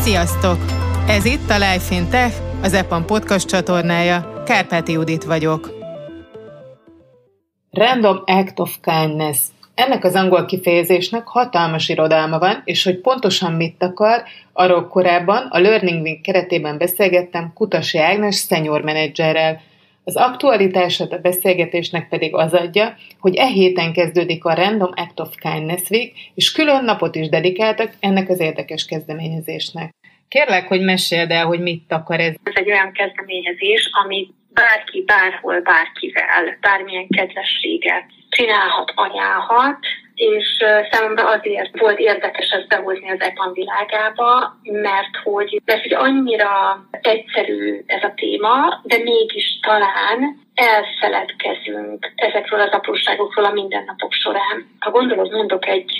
Sziasztok! Ez itt a Life in Tech, az EPAM podcast csatornája. Kárpáti Judit vagyok. Random Act of Kindness. Ennek az angol kifejezésnek hatalmas irodalma van, és hogy pontosan mit akar, arról korábban a Learning Week keretében beszélgettem Kutasi Ágnes senior menedzserrel. Az aktualitását a beszélgetésnek pedig az adja, hogy e héten kezdődik a Random Act of Kindness Week, és külön napot is dedikáltak ennek az érdekes kezdeményezésnek. Kérlek, hogy meséld el, hogy mit akar ez. Ez egy olyan kezdeményezés, amit bárki, bárhol, bárkivel, bármilyen kedvességet csinálhat, anyálhat, és számomra azért volt érdekes ezt behozni az EPAM világába, mert hogy annyira egyszerű ez a téma, de mégis talán elfeledkezünk ezekről az apróságokról a mindennapok során. Ha gondolod, mondok egy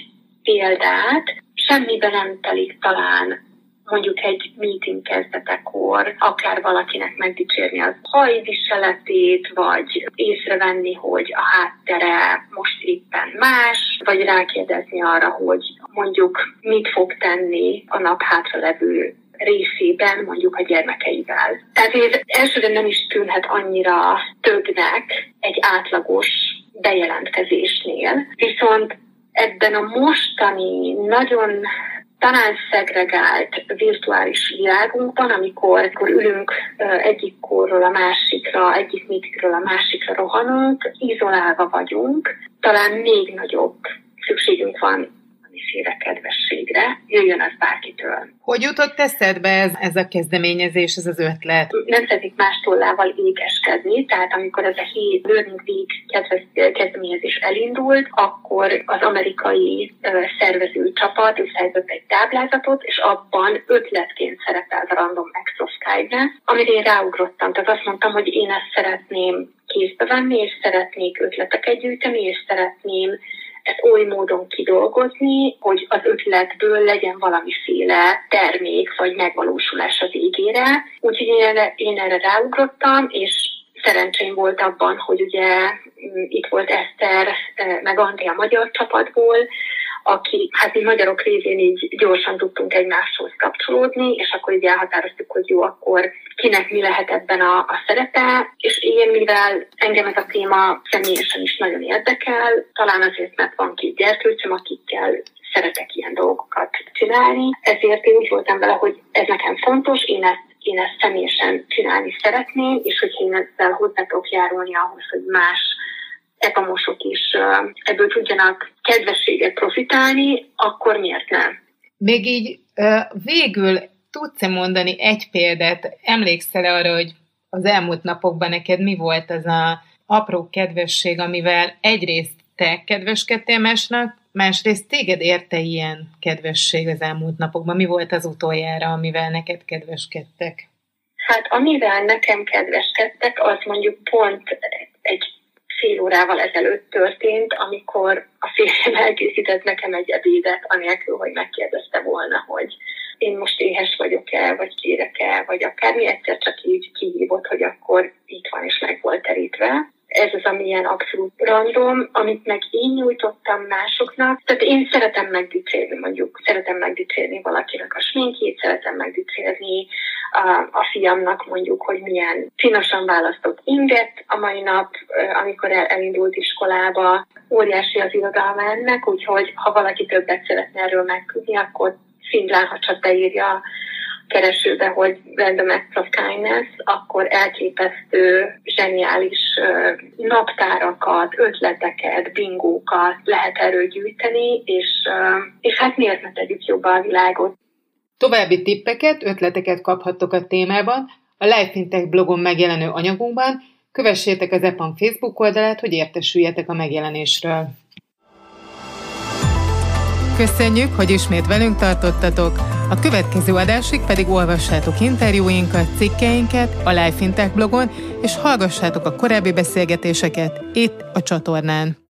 példát, semmiben nem telik talán mondjuk egy meeting kezdetekor, akár valakinek megdicsérni az hajviseletét, vagy észrevenni, hogy a háttere most éppen más, vagy rákérdezni arra, hogy mondjuk mit fog tenni a nap hátralevő részében, mondjuk a gyermekeivel. Tehát ez elsőre nem is tűnhet annyira többnek egy átlagos bejelentkezésnél, viszont ebben a mostani nagyon talán szegregált virtuális világunkban, amikor ülünk egyik korról a másikra, egyik meetingről a másikra rohanunk, izolálva vagyunk, talán még nagyobb szükségünk van valamiféle kedvességre, jöjjön az bárkitől. Hogy jutott eszedbe ez a kezdeményezés, ez az ötlet? Nem szeretnék más tollával égeskedni, tehát amikor ez a Learning Week kezdeményezés elindult, akkor az amerikai szervező csapat összeállított egy táblázatot, és abban ötletként szerepelt a Random Act of Kindness, amire én ráugrottam. Tehát azt mondtam, hogy én ezt szeretném kézbe venni, és szeretnék ötleteket gyűjteni, és szeretném ezt oly módon kidolgozni, hogy az ötletből legyen valamiféle termék vagy megvalósulás a végére. Úgyhogy én erre ráugrottam, és szerencsém volt abban, hogy ugye itt volt Eszter, meg Andi a magyar csapatból, aki, mi magyarok révén így gyorsan tudtunk egymáshoz kapcsolódni, és akkor így elhatároztuk, hogy jó, akkor kinek mi lehet ebben a szerepe, és én, mivel engem ez a téma személyesen is nagyon érdekel, talán azért, mert van két gyerkőcöm, akikkel szeretek ilyen dolgokat csinálni, ezért én úgy voltam vele, hogy ez nekem fontos, én ezt személyesen csinálni szeretném, és hogyha én ezzel hozzá tudok járulni ahhoz, hogy más epamosok is ebből tudjanak kedvességet profitálni, akkor miért nem? Még így végül tudsz-e mondani egy példát? Emlékszel arra, hogy az elmúlt napokban neked mi volt az a apró kedvesség, amivel egyrészt te kedveskedtél másnak, másrészt téged érte ilyen kedvesség az elmúlt napokban? Mi volt az utoljára, amivel neked kedveskedtek? Amivel nekem kedveskedtek, az mondjuk pont egy fél órával ezelőtt történt, amikor a férjem elkészített nekem egy ebédet, anélkül, hogy megkérdezte volna, hogy én most éhes vagyok-e, vagy kérek-e, vagy akármi, egyszer csak így kihívott, hogy akkor itt van, és meg volt terítve. Ez az, ami ilyen abszolút random, amit meg én nyújtottam másoknak. Tehát én szeretem megdicsérni, mondjuk szeretem megdicsérni valakinek a sminkjét, szeretem megdicsérni a fiamnak mondjuk, hogy milyen finosan választott inget a mai nap, amikor elindult iskolába. Óriási az irodalma ennek, úgyhogy ha valaki többet szeretne erről megtudni, akkor szimplán, ha csak beírja keresőbe, hogy Random Act of Kindness, akkor elképesztő, zseniális naptárakat, ötleteket, bingókat lehet erről gyűjteni, és miért ne tegyük jobbá a világot. További tippeket, ötleteket kaphattok a témában, a Life in Tech blogon megjelenő anyagunkban, kövessétek az EPAM Facebook oldalát, hogy értesüljetek a megjelenésről. Köszönjük, hogy ismét velünk tartottatok, a következő adásig pedig olvassátok interjúinkat, cikkeinket a Life in Tech blogon, és hallgassátok a korábbi beszélgetéseket itt a csatornán.